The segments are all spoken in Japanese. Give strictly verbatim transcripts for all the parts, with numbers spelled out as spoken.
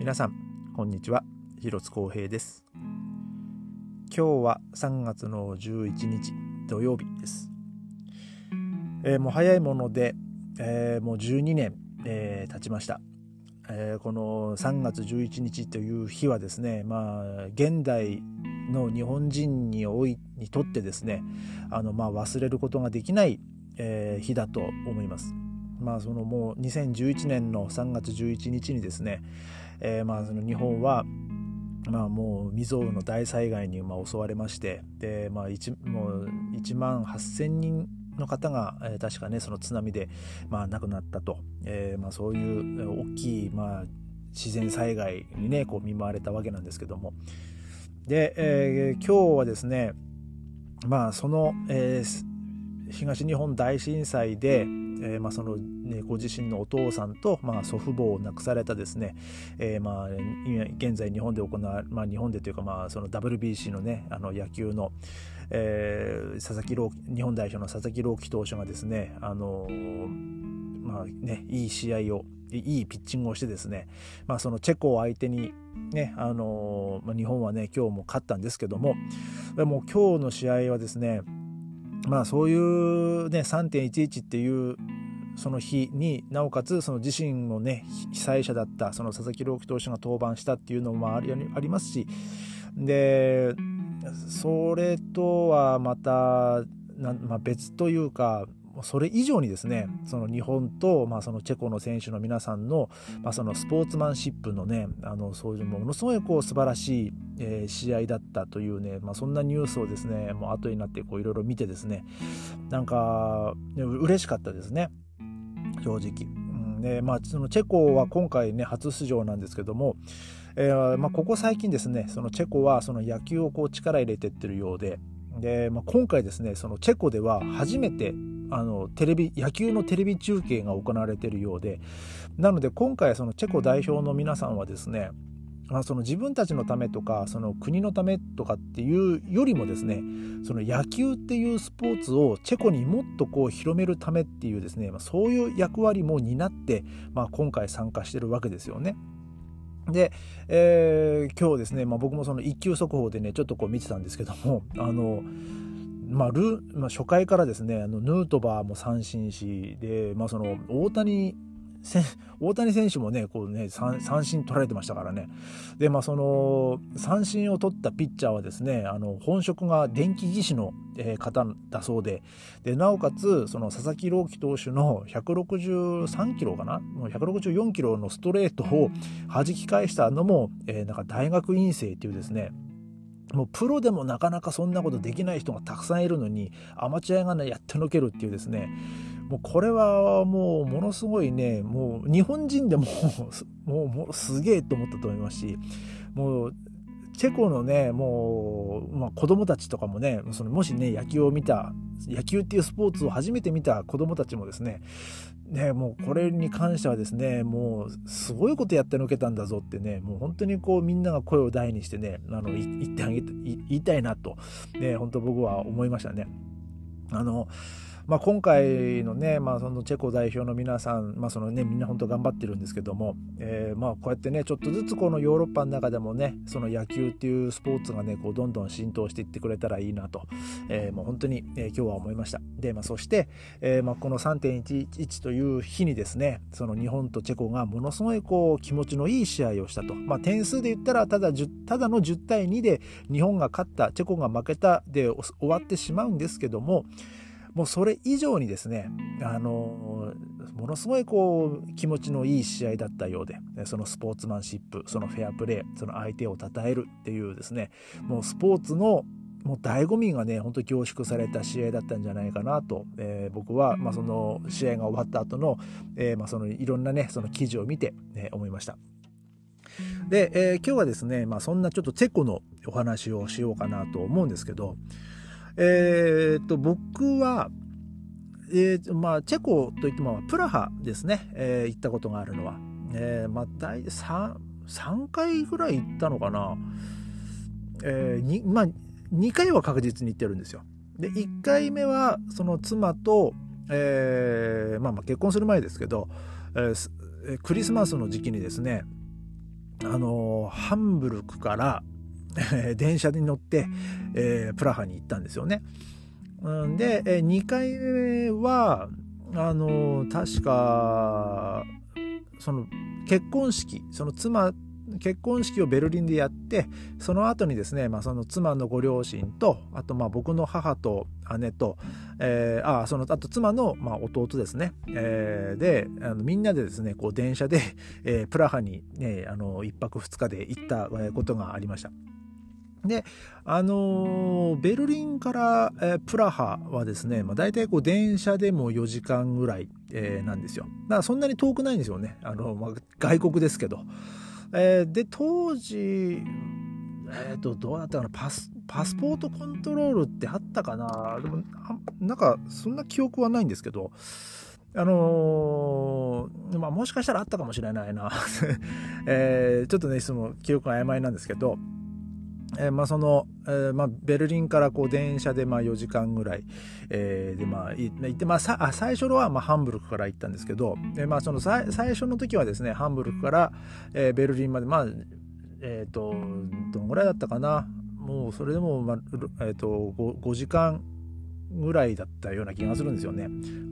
皆さんこんにちは、広津光平です。今日はさんがつのじゅういちにち土曜日です。えー、もう早いもので、えー、もうじゅうにねん、えー、経ちました。えー、このさんがつじゅういちにちという日はですね、まあ現代の日本人においにとってですね、あのまあ忘れることができない、えー、日だと思います。まあそのもうにせんじゅういちねんのさんがつじゅういちにちにですね、えー、まあその日本はまあもう未曾有の大災害にまあ襲われまして、でまあいちもういちまんはっせんにんの方が、えー、確かねその津波でまあ亡くなったと、えー、まあそういう大きいまあ自然災害にねこう見舞われたわけなんですけども、で、えー、今日はですねまあその、えー、東日本大震災で、えーまあそのね、ご自身のお父さんと、まあ、祖父母を亡くされたですね、えーまあ、現在日本で行われ、まあ、日本でというか、まあ、その ダブリュービーシー のねあの野球の、えー、佐々木朗希日本代表の佐々木朗希投手がですね、あのーまあね、いい試合をいいピッチングをしてですね、まあ、そのチェコを相手にね、あのーまあ、日本はね今日も勝ったんですけども、でも今日の試合はですね、まあそういうね さんてんいちいち っていうその日になおかつその自身もね被災者だったその佐々木朗希投手が登板したっていうのもありますし、でそれとはまたな、まあ、別というかそれ以上にですね、その日本と、まあ、そのチェコの選手の皆さんの、まあ、そのスポーツマンシップのね、あのそういうものすごいこう素晴らしい、えー、試合だったというね、まあ、そんなニュースをですね、もう後になってこういろいろ見てですね、なんか嬉しかったですね、正直。うんでまあ、そのチェコは今回ね初出場なんですけども、えーまあ、ここ最近ですね、そのチェコはその野球をこう力入れてってるようで、で、まあ、今回ですねそのチェコでは初めてあのテレビ野球のテレビ中継が行われているようで、なので今回そのチェコ代表の皆さんはですね、まあ、その自分たちのためとかその国のためとかっていうよりもですね、その野球っていうスポーツをチェコにもっとこう広めるためっていうですね、まあ、そういう役割も担って、まあ、今回参加してるわけですよね。で、えー、今日ですね、まあ、僕もその一級速報でねちょっとこう見てたんですけども、あのまあルまあ、初回からですねあのヌートバーも三振しで、まあ、その大谷大谷選手もねこうね三振取られてましたからね。でまあその三振を取ったピッチャーはですね、あの本職が電気技師の方だそうで、でなおかつその佐々木朗希投手のひゃくろくじゅうさんキロかな、もうひゃくろくじゅうよんキロのストレートを弾き返したのも、えー、なんか大学院生っていうですね、もうプロでもなかなかそんなことできない人がたくさんいるのにアマチュアがねやってのけるっていうですね、もうこれはもうものすごいね、もう日本人でももうもうすげえと思ったと思いますし、もうチェコのねもう、まあ、子供たちとかもね、そのもしね野球を見た野球っていうスポーツを初めて見た子供たちもですね、ねもうこれに関してはですね、もうすごいことやってのけたんだぞってね、もう本当にこうみんなが声を大にしてね、あの言ってあげて言いたいなとね、本当僕は思いましたね。あのまあ、今回のね、まあ、そのチェコ代表の皆さん、まあそのね、みんな本当頑張ってるんですけども、えー、まあこうやってねちょっとずつこのヨーロッパの中でもねその野球っていうスポーツがねこうどんどん浸透していってくれたらいいなと、えー、もう本当に、えー、今日は思いました。で、まあ、そして、えーまあ、この さんてんいちいち という日にですね、その日本とチェコがものすごいこう気持ちのいい試合をしたと、まあ、点数で言ったらただただのじゅったいにで日本が勝ったチェコが負けたで終わってしまうんですけども、もうそれ以上にですね、あのものすごいこう気持ちのいい試合だったようで、そのスポーツマンシップ、そのフェアプレー、その相手を称えるっていうですね、もうスポーツのもう醍醐味がね本当に凝縮された試合だったんじゃないかなと、えー、僕は、まあ、その試合が終わった後の、えーまあ、そのいろんなねその記事を見て、ね、思いました。で、えー、今日はですね、まあ、そんなちょっとチェコのお話をしようかなと思うんですけど、えー、っと僕は、えーまあ、チェコといってもプラハですね、えー、行ったことがあるのは、えーまあ、大体 3, さんかいぐらい行ったのかな、えーにまあ、にかいは確実に行ってるんですよ。でいっかいめはその妻と、えーまあ、まあ結婚する前ですけど、えー、クリスマスの時期にですね、 あのハンブルクから電車に乗って、えー、プラハに行ったんですよね。で、えー、にかいめはあの確かその結婚式その妻結婚式をベルリンでやって、その後にですね、まあ、その妻のご両親と、あとまあ僕の母と姉と、えー、あそのあと妻のまあ弟ですね、えー、であのみんなでですねこう電車で、えー、プラハに、ね、あのいっぱくふつかで行ったことがありました。であのー、ベルリンから、えー、プラハはですね、まあ、大体こう電車でもよじかんぐらい、えー、なんですよ。だからそんなに遠くないんですよね。あの、まあ、外国ですけど。えー、で当時、えー、とどうだったかな、パス、パスポートコントロールってあったかな。でもなんかそんな記憶はないんですけど、あのーまあ、もしかしたらあったかもしれないな、えー、ちょっとねその記憶が曖昧なんですけど、えーまあそのえーまあ、ベルリンからこう電車でまあよじかんぐらい、えー、でまあ行って、まあ、さあ最初のはまあハンブルクから行ったんですけど、えーまあ、その最初の時はですねハンブルクから、えー、ベルリンまでまあえっ、ー、とどのぐらいだったかな、もうそれでも、まあえー、と 5, 5時間ぐらいだったような気がするんですよね。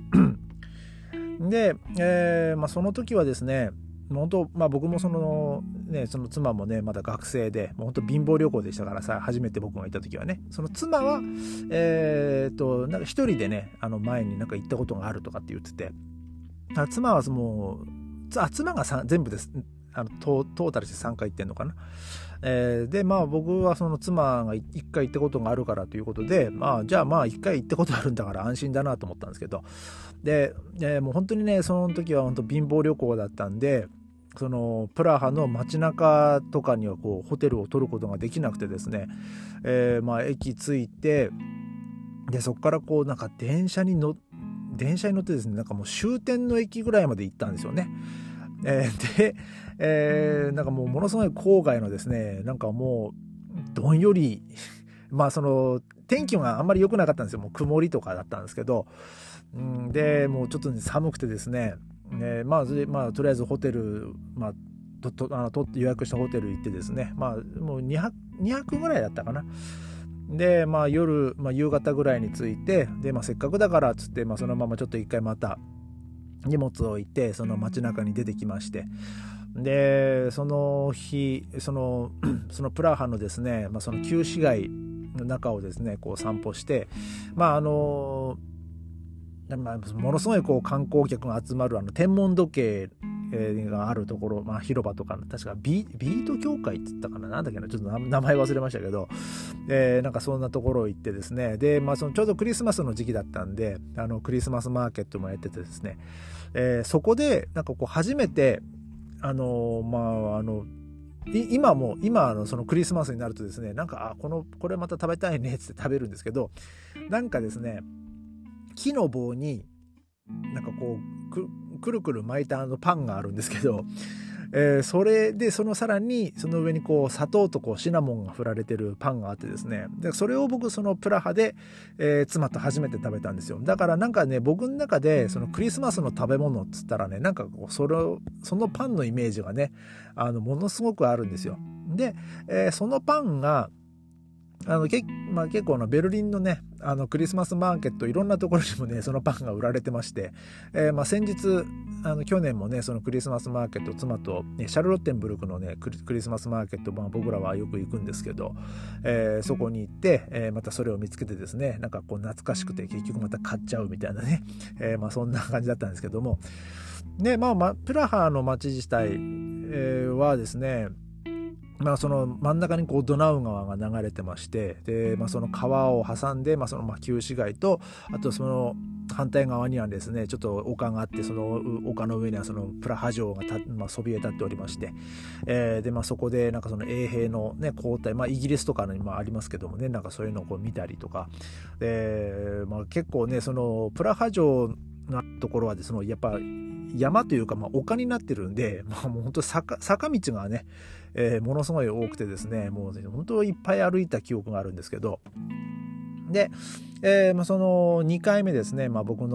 で、えーまあ、その時はですね本当、まあ、僕もそのねその妻もねまだ学生でもう本当貧乏旅行でしたからさ、初めて僕が行った時はね、その妻はえー、っとなんか一人でねあの前になんか行ったことがあるとかって言ってて、あ妻はもうあ妻がさ全部ですあのトータルしてさんかい行ってんのかな。えー、でまあ僕はその妻がいっかい行ったことがあるからということで、まあじゃあまあいっかい行ったことあるんだから安心だなと思ったんですけど、で、えー、もう本当にねその時は本当貧乏旅行だったんで、そのプラハの街中とかにはこうホテルを取ることができなくてですね、えー、まあ駅着いて、でそこからこうなんか電車に乗電車に乗ってですね、なんかもう終点の駅ぐらいまで行ったんですよね。えー、で、えー、なんかもうものすごい郊外のですね、なんかもうどんよりまあその天気があんまり良くなかったんですよ。もう曇りとかだったんですけど、うん、でもうちょっと、ね、寒くてですね、えー、まあ、まあとりあえずホテル、まあ、ととあのと予約したホテル行ってですね、まあもうにはく、にはくぐらいだったかな。でまあ夜、まあ、夕方ぐらいに着いて、で、まあ、せっかくだからっつって、まあ、そのままちょっと一回また荷物を置いてその街中に出てきまして、でその日そのそのプラハのですね、まあ、その旧市街の中をですねこう散歩して、まああのまあ、ものすごいこう観光客が集まるあの天文時計があるところ、まあ、広場とか確かビ、ビート協会って言ったかな、なんだっけな、ちょっと名前忘れましたけど、えー、なんかそんなところ行ってですね、で、まあ、そのちょうどクリスマスの時期だったんで、あのクリスマスマーケットもやっててですね、えー、そこでなんかこう初めてあのまああの今も今あのそのクリスマスになるとですね、なんかあこのこれまた食べたいねって食べるんですけど、なんかですね木の棒になんかこう く, くるくる巻いたあのパンがあるんですけど、えー、それでそのさらにその上にこう砂糖とこうシナモンが振られてるパンがあってですね、でそれを僕そのプラハで、えー、妻と初めて食べたんですよ。だからなんかね僕の中でそのクリスマスの食べ物っつったらね、なんかこうそれをそのパンのイメージがねあのものすごくあるんですよ。で、えー、そのパンがあのけ、まあ、結構のベルリンのねあのクリスマスマーケットいろんなところにもねそのパンが売られてまして、えーまあ、先日あの去年もねそのクリスマスマーケット妻と、ね、シャルロッテンブルクのねクリ、クリスマスマーケット、まあ、僕らはよく行くんですけど、えー、そこに行って、えー、またそれを見つけてですね、なんかこう懐かしくて結局また買っちゃうみたいなね、えーまあ、そんな感じだったんですけども、で、まあ、まあ、プラハの街自体、えー、はですね、まあ、その真ん中にこうドナウ川が流れてまして、で、まあ、その川を挟んで、まあ、そのまあ旧市街と、あとその反対側にはですねちょっと丘があって、その丘の上にはそのプラハ城がた、まあ、そびえ立っておりまして、えー、で、まあ、そこでなんかその衛兵の、ね、交代、まあ、イギリスとかにもありますけどもね、なんかそういうのをこう見たりとか、で、まあ、結構ねそのプラハ城のところはですねやっぱ山というか、まあ、丘になってるんで、まあ、もう本当坂、坂道がね、えー、ものすごい多くてですね、もう本当いっぱい歩いた記憶があるんですけど、で、えーまあ、そのにかいめですね、まあ、僕の、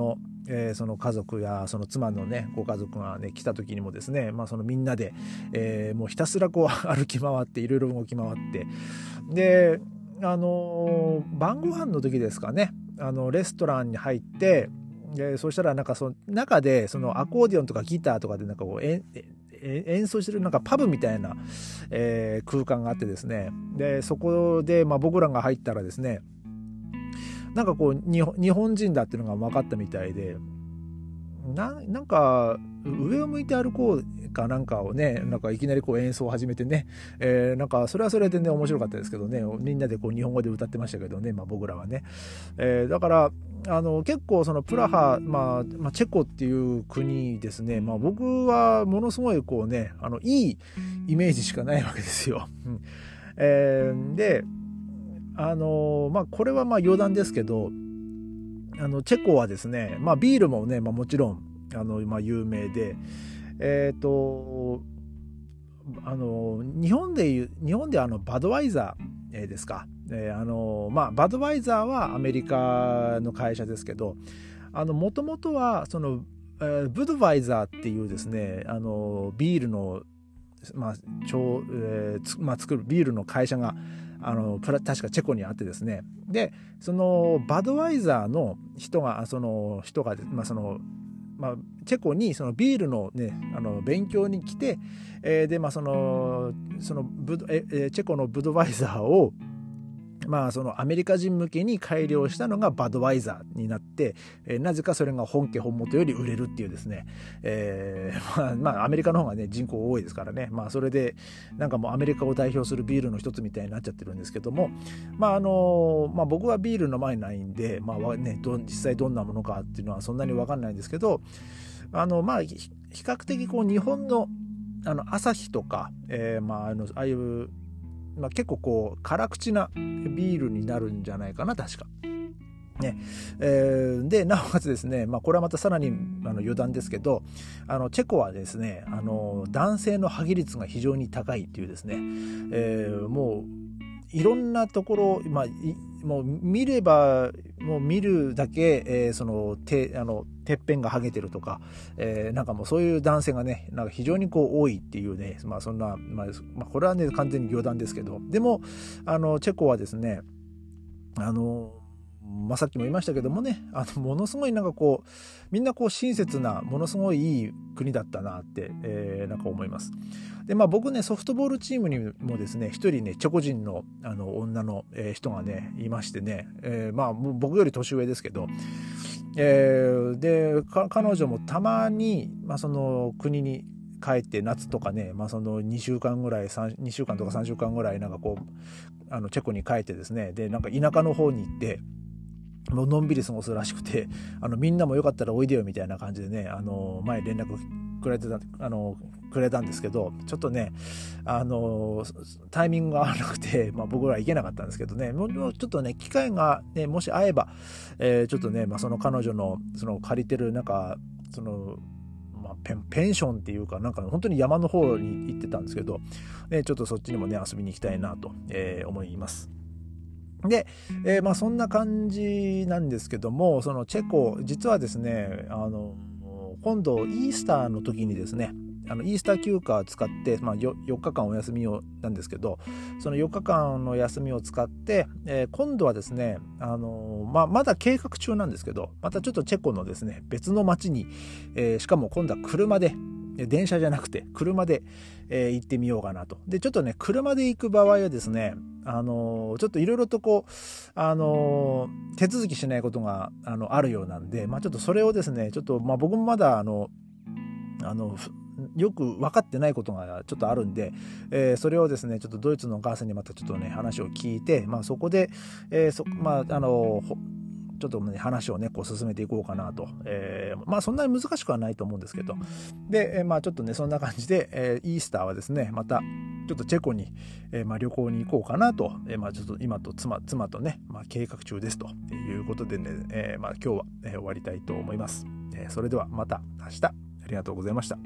えー、その家族やその妻のねご家族がね来た時にもですね、まあ、そのみんなで、えー、もうひたすらこう歩き回っていろいろ動き回って、であのー、晩ご飯の時ですかね、あのレストランに入って、でそしたらなんかその中でそのアコーディオンとかギターとかでなんかこうえ演奏してるなんかパブみたいな、えー、空間があってですね、でそこで、まあ、僕らが入ったらですね、なんかこう日本人だっていうのが分かったみたいで、な, なんか上を向いて歩こうかなんかをね、なんかいきなりこう演奏を始めてね、えー、なんかそれはそれでね面白かったですけどね、みんなでこう日本語で歌ってましたけどね、まあ、僕らはね、えー、だからあの結構そのプラハ、まあまあ、チェコっていう国ですね、まあ、僕はものすごいこうね、あのいいイメージしかないわけですよ。うんえー、であのまあこれはまあ余談ですけど、あのチェコはですね、まあ、ビールもね、まあ、もちろんあの、まあ、有名で、えっとあの日本でいう日本であのバドワイザー、えー、ですか、えーあのまあ、バドワイザーはアメリカの会社ですけど、もともとはその、えー、ブドワイザーっていうですね、あのビールの、まあ超えーまあ、作るビールの会社があの確かチェコにあってですね、でそのバドワイザーの人がその人が、まあそのまあ、チェコにそのビールのねあの勉強に来て、えー、でまあそのそのブドえチェコのブドワイザーをまあそのアメリカ人向けに改良したのがバドワイザーになって、えー、なぜかそれが本家本元より売れるっていうですね、えー、まあ、まあアメリカの方がね人口多いですからね、まあそれでなんかもうアメリカを代表するビールの一つみたいになっちゃってるんですけども、まああのまあ僕はビール飲まないんで、まあねど実際どんなものかっていうのはそんなに分かんないんですけど、あのまあ比較的こう日本のあのアサヒとか、えー、まああのああいうまあ、結構こう辛口なビールになるんじゃないかな確か。ねえー、でなおかつですね、まあ、これはまたさらにあの余談ですけど、あのチェコはですね、あの男性のハゲ率が非常に高いっていうですね、えー、もういろんなところ、まあ、もう見ればもう見るだけ、えー、その手あのてっぺんがハゲてるとか、えー、なんかもうそういう男性がねなんか非常にこう多いっていうね、まあそんな、まあ、まあ、これはね完全に余談ですけど、でもあのチェコはですね、あのまあ、さっきも言いましたけどもね、あのものすごいなんかこうみんなこう親切なものすごいいい国だったなって、えー、なんか思います。でまあ僕ねソフトボールチームにもですね一人ねチェコ人のあの女の、えー、人がねいましてね、えー、まあもう僕より年上ですけど、えー、で彼女もたまに、まあ、その国に帰って夏とかね、まあ、そのにしゅうかんぐらいにしゅうかんとかさんしゅうかんぐらいなんかこうあのチェコに帰ってですね、でなんか田舎の方に行ってもうのんびり過ごすらしくて、あのみんなもよかったらおいでよみたいな感じでね、あの前連絡くれてたあのくれたんですけど、ちょっとねあのタイミングが合わなくて、まあ、僕らは行けなかったんですけどね、もうちょっとね機会が、ね、もし合えば、えー、ちょっとね、まあ、その彼女のその借りてるなんかそのまあ、ペン、ペンションっていうかなんか本当に山の方に行ってたんですけど、ね、ちょっとそっちにもね遊びに行きたいなと、えー、思います。で、えー、まあそんな感じなんですけども、そのチェコ実はですね、あの今度イースターの時にですね、あのイースター休暇を使って、まあ、よっかかんお休みをなんですけど、そのよっかかんの休みを使って、えー、今度はですね、あのまあ、まだ計画中なんですけど、またちょっとチェコのですね別の町に、えー、しかも今度は車で電車じゃなくて車で、えー、行ってみようかなと。でちょっとね車で行く場合はですね、あのー、ちょっといろいろとこう、あのー、手続きしないことが あの、あるようなんで、まあ、ちょっとそれをですねちょっと、まあ、僕もまだあのあのよく分かってないことがちょっとあるんで、えー、それをですねちょっとドイツのお母さんにまたちょっとね話を聞いて、まあ、そこで、えーそまああのちょっと、ね、話をねこう進めていこうかなと、えー、まあそんなに難しくはないと思うんですけど、で、えー、まあちょっとねそんな感じで、えー、イースターはですねまたちょっとチェコに、えーまあ、旅行に行こうかなと、えーまあ、ちょっと今と妻妻とね、まあ、計画中ですということでね、えーまあ、今日は、えー、終わりたいと思います。えー、それではまた明日ありがとうございました。